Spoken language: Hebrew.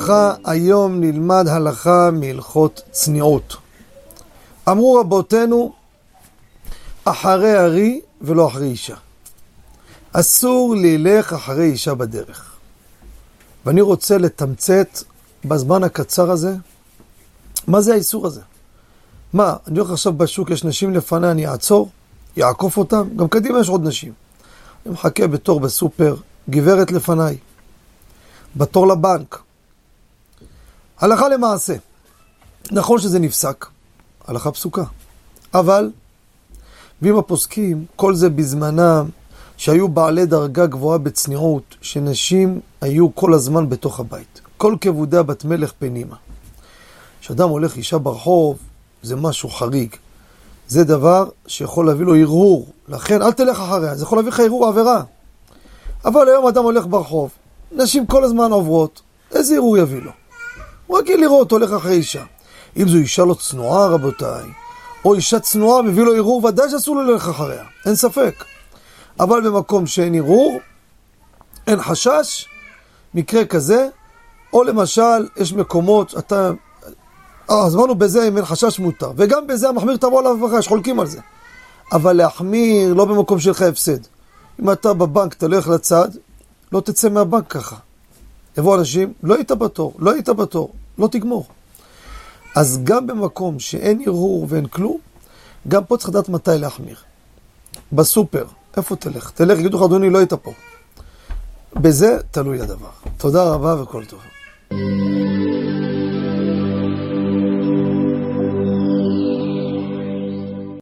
וברכה, היום נלמד הלכה מהלכות צניעות. אמרו רבותינו, אחרי ארי ולא אחרי אישה. אסור ללך אחרי אישה בדרך. ואני רוצה לתמצת בזמן הקצר הזה, מה זה האיסור הזה? מה, אני הולך עכשיו בשוק, יש נשים לפני, אני אעצור, יעקוף אותם, גם קדימה יש עוד נשים. אני מחכה בתור בסופר, גברת לפניי, בתור לבנק. הלכה למעשה. נכון שזה נפסק, הלכה פסוקה. אבל, ואם הפוסקים, כל זה בזמנם, שהיו בעלי דרגה גבוהה בצניעות, שנשים היו כל הזמן בתוך הבית. כל כבודה בת מלך פנימה. כשאדם הולך אישה ברחוב, זה משהו חריג. זה דבר שיכול להביא לו ערעור. לכן, אל תלך אחריה, זה יכול להביא לך ערעור עבירה. אבל היום אדם הולך ברחוב, נשים כל הזמן עוברות, איזה ערעור יביא לו? הוא רגיל לראות, הולך אחרי אישה. אם זו אישה לא צנועה, רבותיי, או אישה צנועה, מביא לו ערעור, ודאי שאסור לו ללך אחריה, אין ספק. אבל במקום שאין ערעור, אין חשש, מקרה כזה, או למשל, יש מקומות, אז אמרנו בזה אם אין חשש מותר, וגם בזה המחמיר תבוא עליו ברכה, יש חולקים על זה. אבל להחמיר לא במקום שלך הפסד. אם אתה בבנק תלך לצד, לא תצא מהבנק ככה. יבוא אנשים, לא היית בתור, לא תגמור. אז גם במקום שאין ערעור ואין כלום, גם פה צריך לדעת מתי להחמיר. בסופר, איפה תלך? יגידו לך, אדוני, לא היית פה. בזה תלוי הדבר. תודה רבה וכל טוב.